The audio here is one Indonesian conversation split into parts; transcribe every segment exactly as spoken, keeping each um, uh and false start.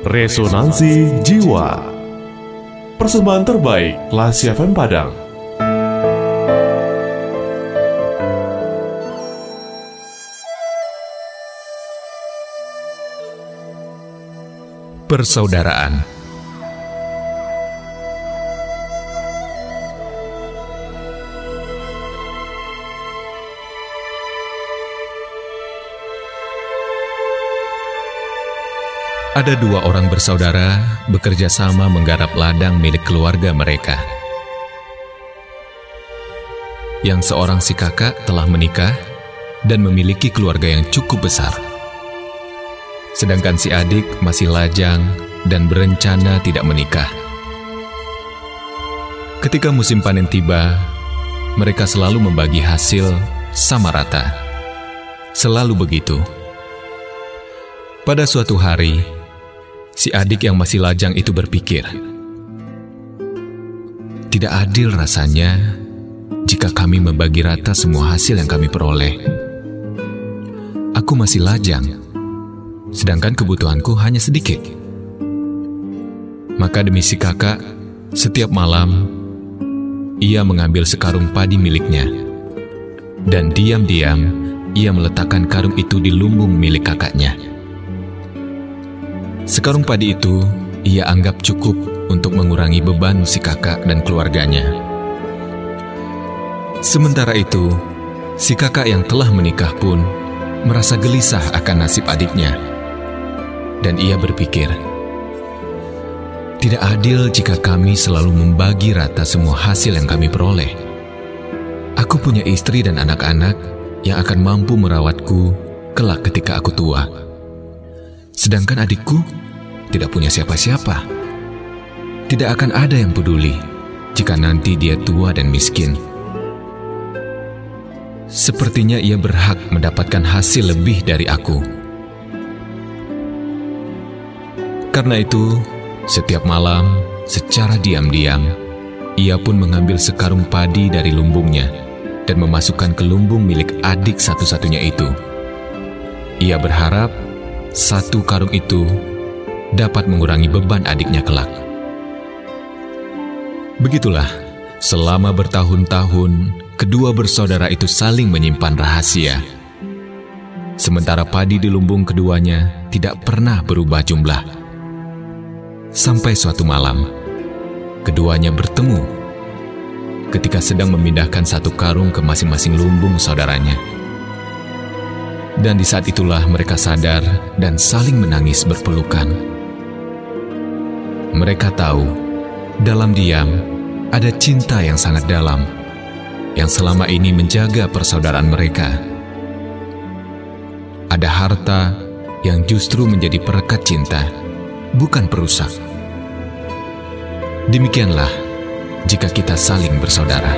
Resonansi Jiwa. Persembahan terbaik Klasik F M Padang. Persaudaraan. Ada dua orang bersaudara bekerja sama menggarap ladang milik keluarga mereka. Yang seorang si kakak telah menikah dan memiliki keluarga yang cukup besar. Sedangkan si adik masih lajang dan berencana tidak menikah. Ketika musim panen tiba, mereka selalu membagi hasil sama rata. Selalu begitu. Pada suatu hari, si adik yang masih lajang itu berpikir, tidak adil rasanya jika kami membagi rata semua hasil yang kami peroleh. Aku masih lajang, sedangkan kebutuhanku hanya sedikit. Maka demi si kakak, setiap malam ia mengambil sekarung padi miliknya, dan diam-diam ia meletakkan karung itu di lumbung milik kakaknya. Sekarung padi itu ia anggap cukup untuk mengurangi beban si kakak dan keluarganya. Sementara itu, si kakak yang telah menikah pun merasa gelisah akan nasib adiknya. Dan ia berpikir, tidak adil jika kami selalu membagi rata semua hasil yang kami peroleh. Aku punya istri dan anak-anak yang akan mampu merawatku kelak ketika aku tua. Sedangkan adikku tidak punya siapa-siapa. Tidak akan ada yang peduli jika nanti dia tua dan miskin. Sepertinya ia berhak mendapatkan hasil lebih dari aku. Karena itu, setiap malam, secara diam-diam, ia pun mengambil sekarung padi dari lumbungnya dan memasukkan ke lumbung milik adik satu-satunya itu. Ia berharap satu karung itu dapat mengurangi beban adiknya kelak. Begitulah, selama bertahun-tahun, kedua bersaudara itu saling menyimpan rahasia. Sementara padi di lumbung keduanya tidak pernah berubah jumlah. Sampai suatu malam, keduanya bertemu ketika sedang memindahkan satu karung ke masing-masing lumbung saudaranya. Dan di saat itulah mereka sadar dan saling menangis berpelukan. Mereka tahu, dalam diam ada cinta yang sangat dalam, yang selama ini menjaga persaudaraan mereka. Ada harta yang justru menjadi perekat cinta, bukan perusak. Demikianlah jika kita saling bersaudara.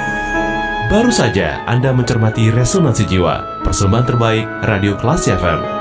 Baru saja Anda mencermati Resonansi Jiwa, persembahan terbaik Radio Klasik F M.